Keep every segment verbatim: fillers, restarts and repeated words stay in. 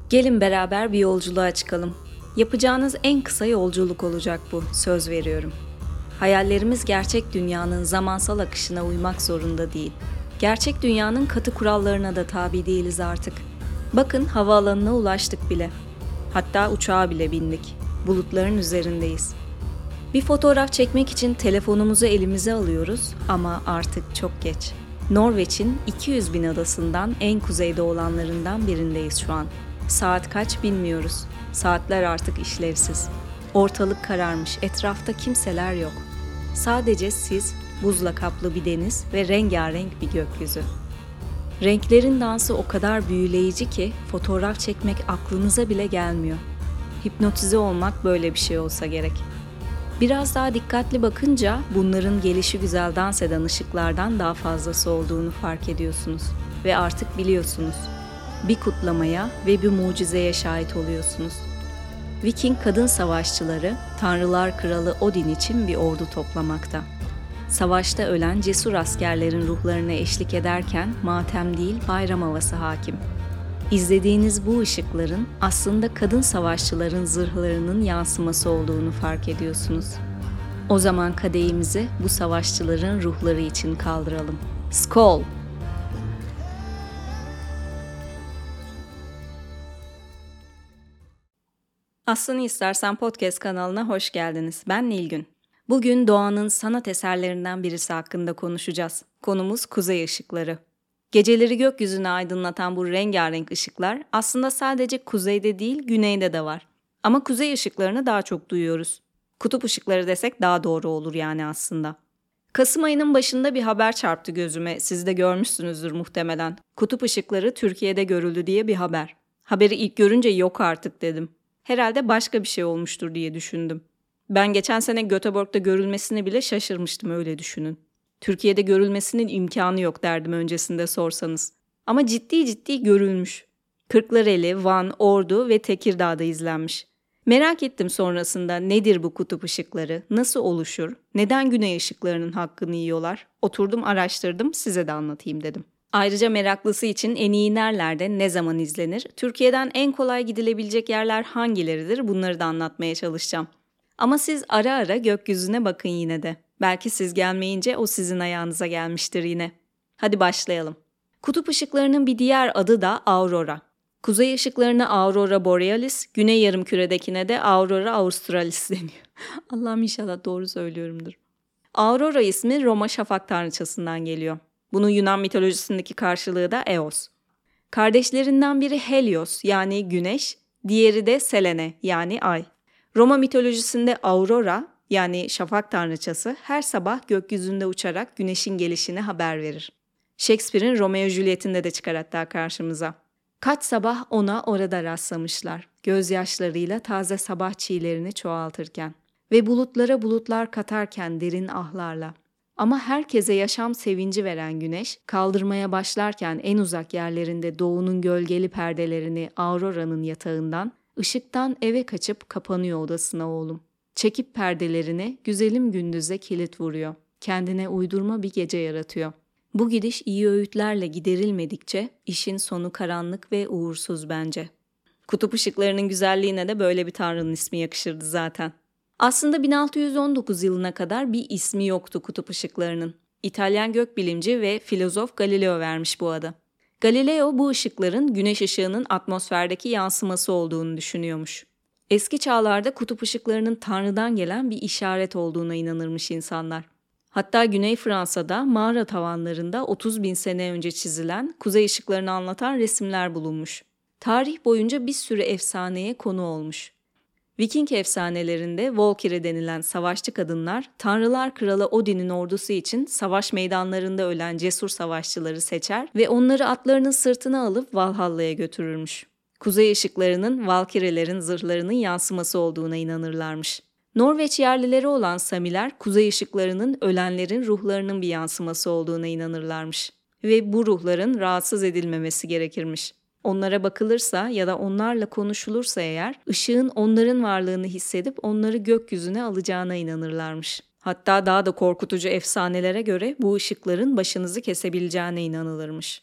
Gelin beraber bir yolculuğa çıkalım. Yapacağınız en kısa yolculuk olacak bu, söz veriyorum. Hayallerimiz gerçek dünyanın zamansal akışına uymak zorunda değil. Gerçek dünyanın katı kurallarına da tabi değiliz artık. Bakın havaalanına ulaştık bile. Hatta uçağa bile bindik. Bulutların üzerindeyiz. Bir fotoğraf çekmek için telefonumuzu elimize alıyoruz ama artık çok geç. Norveç'in iki yüz bin adasından en kuzeyde olanlarından birindeyiz şu an. Saat kaç bilmiyoruz. Saatler artık işlevsiz. Ortalık kararmış, etrafta kimseler yok. Sadece siz, buzla kaplı bir deniz ve rengarenk bir gökyüzü. Renklerin dansı o kadar büyüleyici ki fotoğraf çekmek aklınıza bile gelmiyor. Hipnotize olmak böyle bir şey olsa gerek. Biraz daha dikkatli bakınca bunların gelişigüzel dans eden ışıklardan daha fazlası olduğunu fark ediyorsunuz ve artık biliyorsunuz. Bir kutlamaya ve bir mucizeye şahit oluyorsunuz. Viking kadın savaşçıları, Tanrılar Kralı Odin için bir ordu toplamakta. Savaşta ölen cesur askerlerin ruhlarına eşlik ederken matem değil bayram havası hakim. İzlediğiniz bu ışıkların aslında kadın savaşçıların zırhlarının yansıması olduğunu fark ediyorsunuz. O zaman kadehimizi bu savaşçıların ruhları için kaldıralım. Skål! Aslını İstersen Podcast kanalına hoş geldiniz. Ben Nilgün. Bugün doğanın sanat eserlerinden birisi hakkında konuşacağız. Konumuz kuzey ışıkları. Geceleri gökyüzünü aydınlatan bu rengarenk ışıklar aslında sadece kuzeyde değil güneyde de var. Ama kuzey ışıklarını daha çok duyuyoruz. Kutup ışıkları desek daha doğru olur yani aslında. Kasım ayının başında bir haber çarptı gözüme. Siz de görmüşsünüzdür muhtemelen. Kutup ışıkları Türkiye'de görüldü diye bir haber. Haberi ilk görünce yok artık dedim. Herhalde başka bir şey olmuştur diye düşündüm. Ben geçen sene Göteborg'da görülmesini bile şaşırmıştım, öyle düşünün. Türkiye'de görülmesinin imkanı yok derdim öncesinde sorsanız. Ama ciddi ciddi görülmüş. Kırklareli, Van, Ordu ve Tekirdağ'da izlenmiş. Merak ettim sonrasında nedir bu kutup ışıkları, nasıl oluşur, neden güney ışıklarının hakkını yiyorlar? Oturdum araştırdım, size de anlatayım dedim. Ayrıca meraklısı için en iyi nerelerde, ne zaman izlenir, Türkiye'den en kolay gidilebilecek yerler hangileridir, bunları da anlatmaya çalışacağım. Ama siz ara ara gökyüzüne bakın yine de. Belki siz gelmeyince o sizin ayağınıza gelmiştir yine. Hadi başlayalım. Kutup ışıklarının bir diğer adı da aurora. Kuzey ışıklarına aurora borealis, güney yarımküredekine de aurora australis deniyor. Allah'ım inşallah doğru söylüyorumdur. Aurora ismi Roma şafak tanrıçasından geliyor. Bunun Yunan mitolojisindeki karşılığı da Eos. Kardeşlerinden biri Helios yani güneş, diğeri de Selene yani ay. Roma mitolojisinde Aurora yani şafak tanrıçası her sabah gökyüzünde uçarak güneşin gelişini haber verir. Shakespeare'in Romeo Juliet'inde de çıkar hatta karşımıza. Kaç sabah ona orada rastlamışlar, gözyaşlarıyla taze sabah çiğlerini çoğaltırken ve bulutlara bulutlar katarken derin ahlarla. Ama herkese yaşam sevinci veren güneş, kaldırmaya başlarken en uzak yerlerinde doğunun gölgeli perdelerini Aurora'nın yatağından, ışıktan eve kaçıp kapanıyor odasına oğlum. Çekip perdelerini güzelim gündüze kilit vuruyor. Kendine uydurma bir gece yaratıyor. Bu gidiş iyi öğütlerle giderilmedikçe işin sonu karanlık ve uğursuz bence. Kutup ışıklarının güzelliğine de böyle bir tanrının ismi yakışırdı zaten. Aslında bin altı yüz on dokuz yılına kadar bir ismi yoktu kutup ışıklarının. İtalyan gökbilimci ve filozof Galileo vermiş bu adı. Galileo bu ışıkların güneş ışığının atmosferdeki yansıması olduğunu düşünüyormuş. Eski çağlarda kutup ışıklarının Tanrı'dan gelen bir işaret olduğuna inanırmış insanlar. Hatta Güney Fransa'da mağara tavanlarında otuz bin sene önce çizilen kuzey ışıklarını anlatan resimler bulunmuş. Tarih boyunca bir sürü efsaneye konu olmuş. Viking efsanelerinde Valkyrie denilen savaşçı kadınlar, Tanrılar Kralı Odin'in ordusu için savaş meydanlarında ölen cesur savaşçıları seçer ve onları atlarının sırtına alıp Valhalla'ya götürürmüş. Kuzey ışıklarının Valkyrielerin zırhlarının yansıması olduğuna inanırlarmış. Norveç yerlileri olan Samiler, kuzey ışıklarının ölenlerin ruhlarının bir yansıması olduğuna inanırlarmış. Ve bu ruhların rahatsız edilmemesi gerekirmiş. Onlara bakılırsa ya da onlarla konuşulursa eğer, ışığın onların varlığını hissedip onları gökyüzüne alacağına inanırlarmış. Hatta daha da korkutucu efsanelere göre bu ışıkların başınızı kesebileceğine inanılırmış.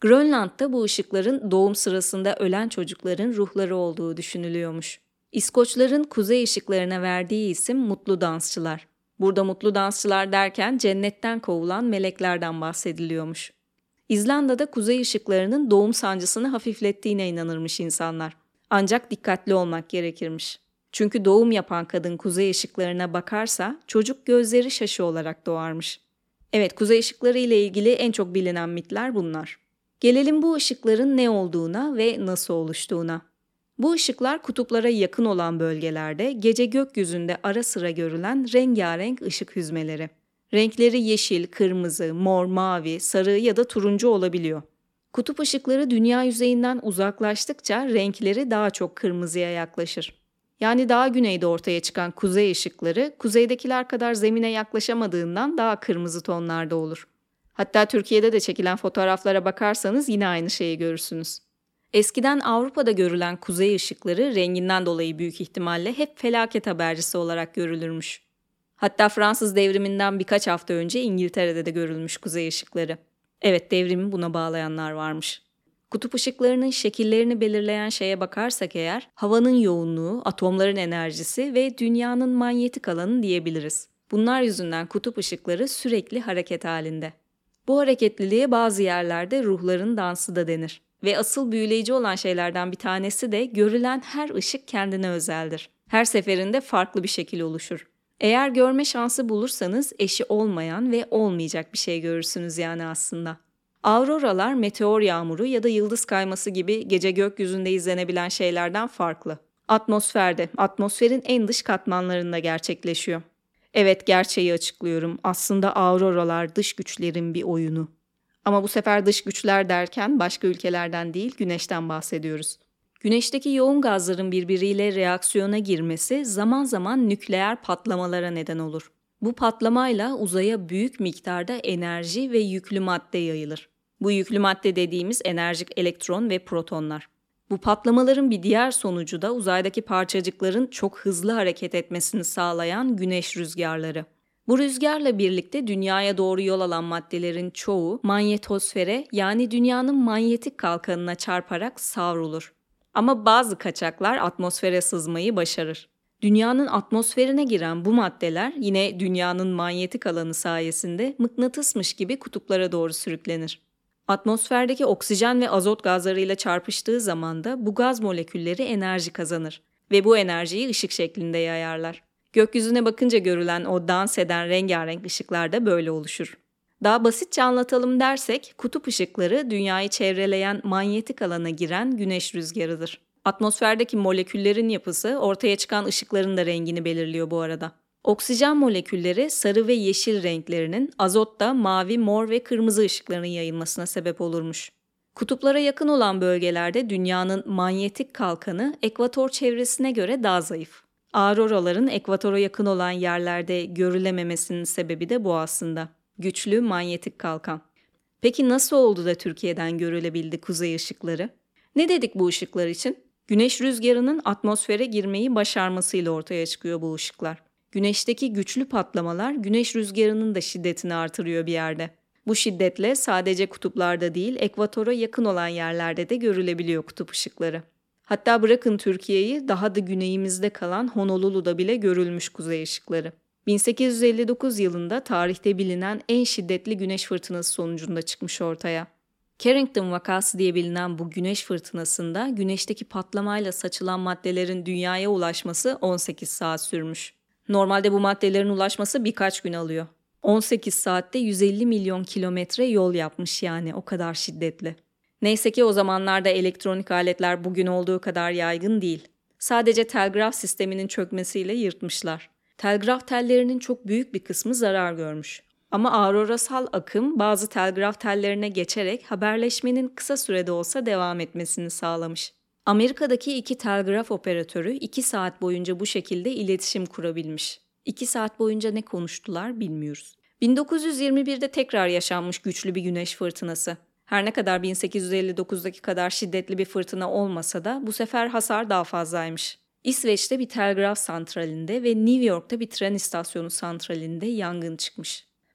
Grönland'da bu ışıkların doğum sırasında ölen çocukların ruhları olduğu düşünülüyormuş. İskoçların kuzey ışıklarına verdiği isim mutlu dansçılar. Burada mutlu dansçılar derken cennetten kovulan meleklerden bahsediliyormuş. İzlanda'da kuzey ışıklarının doğum sancısını hafiflettiğine inanırmış insanlar. Ancak dikkatli olmak gerekirmiş. Çünkü doğum yapan kadın kuzey ışıklarına bakarsa çocuk gözleri şaşı olarak doğarmış. Evet, kuzey ışıkları ile ilgili en çok bilinen mitler bunlar. Gelelim bu ışıkların ne olduğuna ve nasıl oluştuğuna. Bu ışıklar kutuplara yakın olan bölgelerde gece gökyüzünde ara sıra görülen rengarenk ışık hüzmeleri. Renkleri yeşil, kırmızı, mor, mavi, sarı ya da turuncu olabiliyor. Kutup ışıkları dünya yüzeyinden uzaklaştıkça renkleri daha çok kırmızıya yaklaşır. Yani daha güneyde ortaya çıkan kuzey ışıkları kuzeydekiler kadar zemine yaklaşamadığından daha kırmızı tonlarda olur. Hatta Türkiye'de de çekilen fotoğraflara bakarsanız yine aynı şeyi görürsünüz. Eskiden Avrupa'da görülen kuzey ışıkları renginden dolayı büyük ihtimalle hep felaket habercisi olarak görülürmüş. Hatta Fransız devriminden birkaç hafta önce İngiltere'de de görülmüş kuzey ışıkları. Evet, devrimi buna bağlayanlar varmış. Kutup ışıklarının şekillerini belirleyen şeye bakarsak eğer, havanın yoğunluğu, atomların enerjisi ve dünyanın manyetik alanı diyebiliriz. Bunlar yüzünden kutup ışıkları sürekli hareket halinde. Bu hareketliliğe bazı yerlerde ruhların dansı da denir. Ve asıl büyüleyici olan şeylerden bir tanesi de görülen her ışık kendine özeldir. Her seferinde farklı bir şekil oluşur. Eğer görme şansı bulursanız eşi olmayan ve olmayacak bir şey görürsünüz yani aslında. Auroralar meteor yağmuru ya da yıldız kayması gibi gece gökyüzünde izlenebilen şeylerden farklı. Atmosferde, atmosferin en dış katmanlarında gerçekleşiyor. Evet, gerçeği açıklıyorum. Aslında auroralar dış güçlerin bir oyunu. Ama bu sefer dış güçler derken başka ülkelerden değil, Güneş'ten bahsediyoruz. Güneşteki yoğun gazların birbiriyle reaksiyona girmesi zaman zaman nükleer patlamalara neden olur. Bu patlamayla uzaya büyük miktarda enerji ve yüklü madde yayılır. Bu yüklü madde dediğimiz enerjik elektron ve protonlar. Bu patlamaların bir diğer sonucu da uzaydaki parçacıkların çok hızlı hareket etmesini sağlayan güneş rüzgarları. Bu rüzgarla birlikte dünyaya doğru yol alan maddelerin çoğu manyetosfere yani dünyanın manyetik kalkanına çarparak savrulur. Ama bazı kaçaklar atmosfere sızmayı başarır. Dünyanın atmosferine giren bu maddeler yine dünyanın manyetik alanı sayesinde mıknatısmış gibi kutuplara doğru sürüklenir. Atmosferdeki oksijen ve azot gazlarıyla çarpıştığı zaman da bu gaz molekülleri enerji kazanır ve bu enerjiyi ışık şeklinde yayarlar. Gökyüzüne bakınca görülen o dans eden rengarenk ışıklar da böyle oluşur. Daha basitçe anlatalım dersek, kutup ışıkları dünyayı çevreleyen manyetik alana giren güneş rüzgarıdır. Atmosferdeki moleküllerin yapısı ortaya çıkan ışıkların da rengini belirliyor bu arada. Oksijen molekülleri sarı ve yeşil renklerinin, azot da mavi, mor ve kırmızı ışıkların yayılmasına sebep olurmuş. Kutuplara yakın olan bölgelerde dünyanın manyetik kalkanı ekvator çevresine göre daha zayıf. Auroraların ekvatora yakın olan yerlerde görülememesinin sebebi de bu aslında. Güçlü manyetik kalkan. Peki nasıl oldu da Türkiye'den görülebildi kuzey ışıkları? Ne dedik bu ışıklar için? Güneş rüzgarının atmosfere girmeyi başarmasıyla ortaya çıkıyor bu ışıklar. Güneşteki güçlü patlamalar güneş rüzgarının da şiddetini artırıyor bir yerde. Bu şiddetle sadece kutuplarda değil, ekvatora yakın olan yerlerde de görülebiliyor kutup ışıkları. Hatta bırakın Türkiye'yi, daha da güneyimizde kalan Honolulu'da bile görülmüş kuzey ışıkları. bin sekiz yüz elli dokuz yılında tarihte bilinen en şiddetli güneş fırtınası sonucunda çıkmış ortaya. Carrington vakası diye bilinen bu güneş fırtınasında güneşteki patlamayla saçılan maddelerin dünyaya ulaşması on sekiz saat sürmüş. Normalde bu maddelerin ulaşması birkaç gün alıyor. on sekiz saatte yüz elli milyon kilometre yol yapmış, yani o kadar şiddetli. Neyse ki o zamanlarda elektronik aletler bugün olduğu kadar yaygın değil. Sadece telgraf sisteminin çökmesiyle yırtmışlar. Telgraf tellerinin çok büyük bir kısmı zarar görmüş. Ama aurorasal akım bazı telgraf tellerine geçerek haberleşmenin kısa sürede olsa devam etmesini sağlamış. Amerika'daki iki telgraf operatörü iki saat boyunca bu şekilde iletişim kurabilmiş. iki saat boyunca ne konuştular bilmiyoruz. bin dokuz yüz yirmi birde tekrar yaşanmış güçlü bir güneş fırtınası. Her ne kadar bin sekiz yüz elli dokuzdaki kadar şiddetli bir fırtına olmasa da bu sefer hasar daha fazlaymış. İsveç'te bir telgraf santralinde ve New York'ta bir tren istasyonu santralinde yangın çıkmış.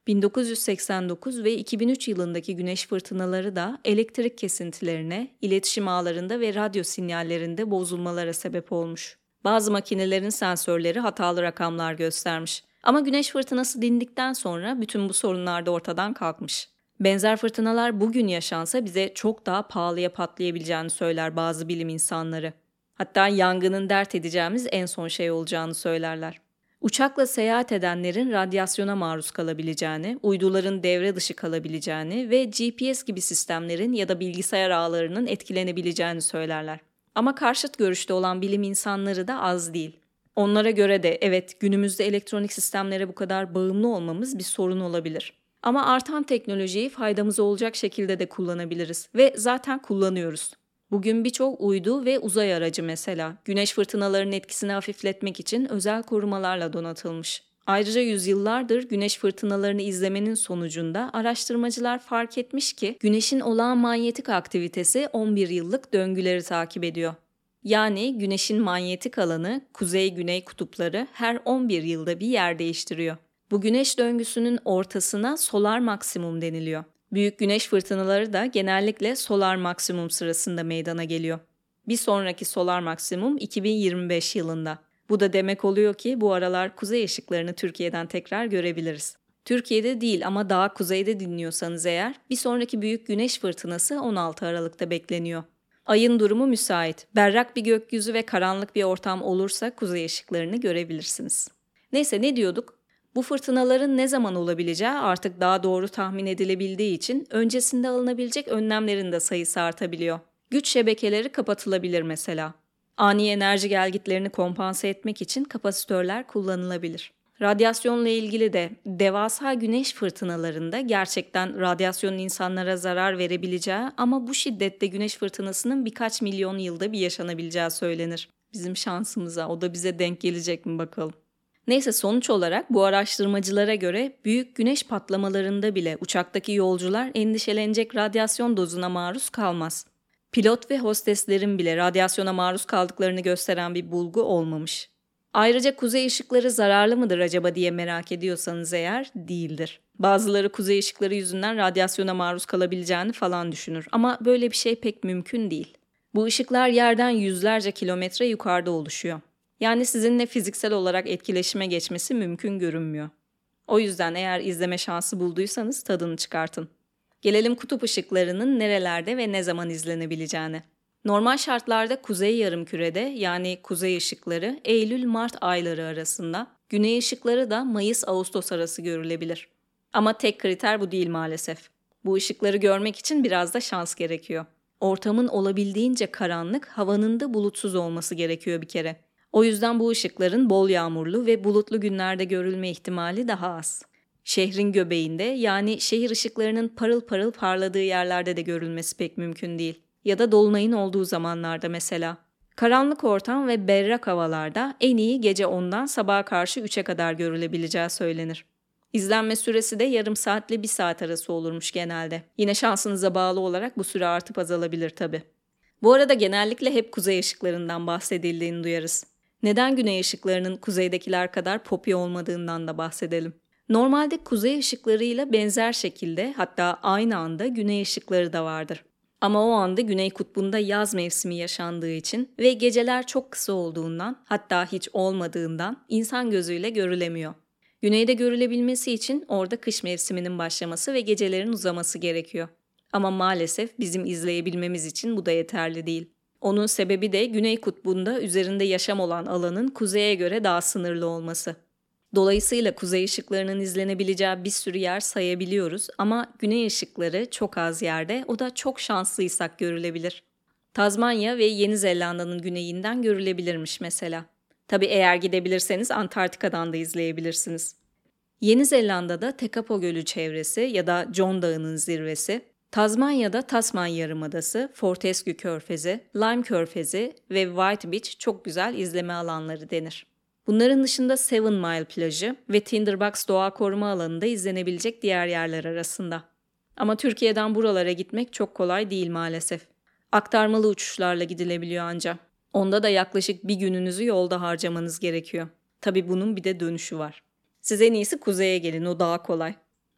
bin dokuz yüz seksen dokuz ve iki bin üç yılındaki güneş fırtınaları da elektrik kesintilerine, iletişim ağlarında ve radyo sinyallerinde bozulmalara sebep olmuş. Bazı makinelerin sensörleri hatalı rakamlar göstermiş. Ama güneş fırtınası dindikten sonra bütün bu sorunlar da ortadan kalkmış. Benzer fırtınalar bugün yaşansa bize çok daha pahalıya patlayabileceğini söyler bazı bilim insanları. Hatta yangının dert edeceğimiz en son şey olacağını söylerler. Uçakla seyahat edenlerin radyasyona maruz kalabileceğini, uyduların devre dışı kalabileceğini ve G P S gibi sistemlerin ya da bilgisayar ağlarının etkilenebileceğini söylerler. Ama karşıt görüşte olan bilim insanları da az değil. Onlara göre de evet, günümüzde elektronik sistemlere bu kadar bağımlı olmamız bir sorun olabilir. Ama artan teknolojiyi faydamıza olacak şekilde de kullanabiliriz ve zaten kullanıyoruz. Bugün birçok uydu ve uzay aracı mesela güneş fırtınalarının etkisini hafifletmek için özel korumalarla donatılmış. Ayrıca yüzyıllardır güneş fırtınalarını izlemenin sonucunda araştırmacılar fark etmiş ki güneşin olağan manyetik aktivitesi on bir yıllık döngüleri takip ediyor. Yani güneşin manyetik alanı kuzey-güney kutupları her on bir yılda bir yer değiştiriyor. Bu güneş döngüsünün ortasına solar maksimum deniliyor. Büyük güneş fırtınaları da genellikle solar maksimum sırasında meydana geliyor. Bir sonraki solar maksimum iki bin yirmi beş yılında. Bu da demek oluyor ki bu aralar kuzey ışıklarını Türkiye'den tekrar görebiliriz. Türkiye'de değil ama daha kuzeyde dinliyorsanız eğer bir sonraki büyük güneş fırtınası on altı Aralık'ta bekleniyor. Ayın durumu müsait. Berrak bir gökyüzü ve karanlık bir ortam olursa kuzey ışıklarını görebilirsiniz. Neyse, ne diyorduk? Bu fırtınaların ne zaman olabileceği artık daha doğru tahmin edilebildiği için öncesinde alınabilecek önlemlerin de sayısı artabiliyor. Güç şebekeleri kapatılabilir mesela. Ani enerji gelgitlerini kompanse etmek için kapasitörler kullanılabilir. Radyasyonla ilgili de devasa güneş fırtınalarında gerçekten radyasyonun insanlara zarar verebileceği ama bu şiddette güneş fırtınasının birkaç milyon yılda bir yaşanabileceği söylenir. Bizim şansımıza o da bize denk gelecek mi bakalım. Neyse, sonuç olarak bu araştırmacılara göre büyük güneş patlamalarında bile uçaktaki yolcular endişelenecek radyasyon dozuna maruz kalmaz. Pilot ve hosteslerin bile radyasyona maruz kaldıklarını gösteren bir bulgu olmamış. Ayrıca kuzey ışıkları zararlı mıdır acaba diye merak ediyorsanız eğer, değildir. Bazıları kuzey ışıkları yüzünden radyasyona maruz kalabileceğini falan düşünür ama böyle bir şey pek mümkün değil. Bu ışıklar yerden yüzlerce kilometre yukarıda oluşuyor. Yani sizinle fiziksel olarak etkileşime geçmesi mümkün görünmüyor. O yüzden eğer izleme şansı bulduysanız tadını çıkartın. Gelelim kutup ışıklarının nerelerde ve ne zaman izlenebileceğine. Normal şartlarda kuzey yarımkürede yani kuzey ışıkları Eylül-Mart ayları arasında, güney ışıkları da Mayıs-Ağustos arası görülebilir. Ama tek kriter bu değil maalesef. Bu ışıkları görmek için biraz da şans gerekiyor. Ortamın olabildiğince karanlık, havanın da bulutsuz olması gerekiyor bir kere. O yüzden bu ışıkların bol yağmurlu ve bulutlu günlerde görülme ihtimali daha az. Şehrin göbeğinde yani şehir ışıklarının parıl parıl parladığı yerlerde de görülmesi pek mümkün değil. Ya da dolunayın olduğu zamanlarda mesela. Karanlık ortam ve berrak havalarda en iyi gece ondan sabaha karşı üçe kadar görülebileceği söylenir. İzlenme süresi de yarım saatle bir saat arası olurmuş genelde. Yine şansınıza bağlı olarak bu süre artıp azalabilir tabii. Bu arada genellikle hep kuzey ışıklarından bahsedildiğini duyarız. Neden güney ışıklarının kuzeydekiler kadar popi olmadığından da bahsedelim. Normalde kuzey ışıklarıyla benzer şekilde hatta aynı anda güney ışıkları da vardır. Ama o anda Güney Kutbu'nda yaz mevsimi yaşandığı için ve geceler çok kısa olduğundan hatta hiç olmadığından insan gözüyle görülemiyor. Güneyde görülebilmesi için orada kış mevsiminin başlaması ve gecelerin uzaması gerekiyor. Ama maalesef bizim izleyebilmemiz için bu da yeterli değil. Onun sebebi de Güney Kutbu'nda üzerinde yaşam olan alanın kuzeye göre daha sınırlı olması. Dolayısıyla kuzey ışıklarının izlenebileceği bir sürü yer sayabiliyoruz ama güney ışıkları çok az yerde, o da çok şanslıysak görülebilir. Tazmanya ve Yeni Zelanda'nın güneyinden görülebilirmiş mesela. Tabii eğer gidebilirseniz Antarktika'dan da izleyebilirsiniz. Yeni Zelanda'da Tekapo Gölü çevresi ya da John Dağı'nın zirvesi, Tazmanya'da Tasman Yarımadası, Fortescue Körfezi, Lime Körfezi ve White Beach çok güzel izleme alanları denir. Bunların dışında Seven Mile plajı ve Tinderbox Doğa Koruma Alanı'nda izlenebilecek diğer yerler arasında. Ama Türkiye'den buralara gitmek çok kolay değil maalesef. Aktarmalı uçuşlarla gidilebiliyor ancak. Onda da yaklaşık bir gününüzü yolda harcamanız gerekiyor. Tabii bunun bir de dönüşü var. Siz en iyisi kuzeye gelin, o daha kolay.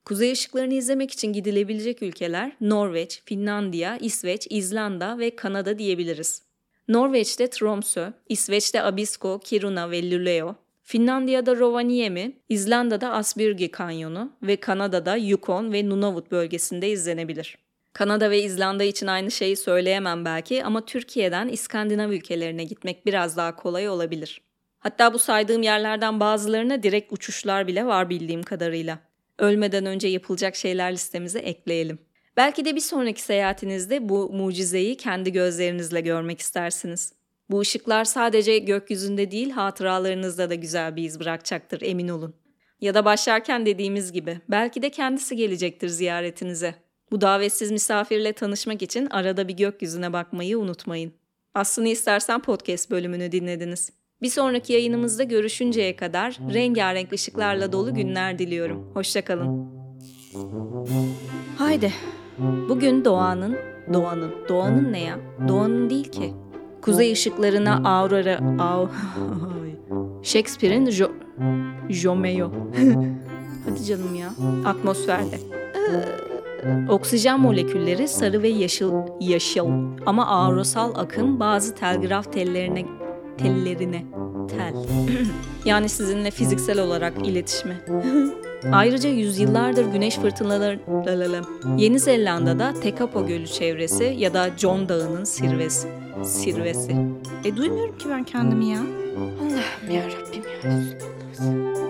Kuzey ışıklarını izlemek için gidilebilecek ülkeler Norveç, Finlandiya, İsveç, İzlanda ve Kanada diyebiliriz. Norveç'te Tromsø, İsveç'te Abisko, Kiruna ve Luleå, Finlandiya'da Rovaniemi, İzlanda'da Asbjørgi Kanyonu ve Kanada'da Yukon ve Nunavut bölgesinde izlenebilir. Kanada ve İzlanda için aynı şeyi söyleyemem belki ama Türkiye'den İskandinav ülkelerine gitmek biraz daha kolay olabilir. Hatta bu saydığım yerlerden bazılarına direkt uçuşlar bile var bildiğim kadarıyla. Ölmeden önce yapılacak şeyler listemize ekleyelim. Belki de bir sonraki seyahatinizde bu mucizeyi kendi gözlerinizle görmek istersiniz. Bu ışıklar sadece gökyüzünde değil, hatıralarınızda da güzel bir iz bırakacaktır, emin olun. Ya da başlarken dediğimiz gibi, belki de kendisi gelecektir ziyaretinize. Bu davetsiz misafirle tanışmak için arada bir gökyüzüne bakmayı unutmayın. Aslını istersen podcast bölümünü dinlediniz. Bir sonraki yayınımızda görüşünceye kadar rengarenk ışıklarla dolu günler diliyorum. Hoşça kalın. Haydi. Bugün doğanın, doğanın, doğanın ne ya? Doğanın değil ki. Kuzey ışıklarına aurora, au, Shakespeare'in jo, Romeo. Hadi canım ya. Atmosferde. Oksijen molekülleri sarı ve yeşil, yeşil. Ama aurosal akım bazı telgraf tellerine, tellerine, tel. Yani sizinle fiziksel olarak iletişimi. Ayrıca yüzyıllardır güneş fırtınaları Yeni Zelanda'da Tekapo Gölü çevresi ya da John Dağı'nın zirvesi. Zirvesi. E duymuyorum ki ben kendimi ya. Allah'ım yarabbim ya.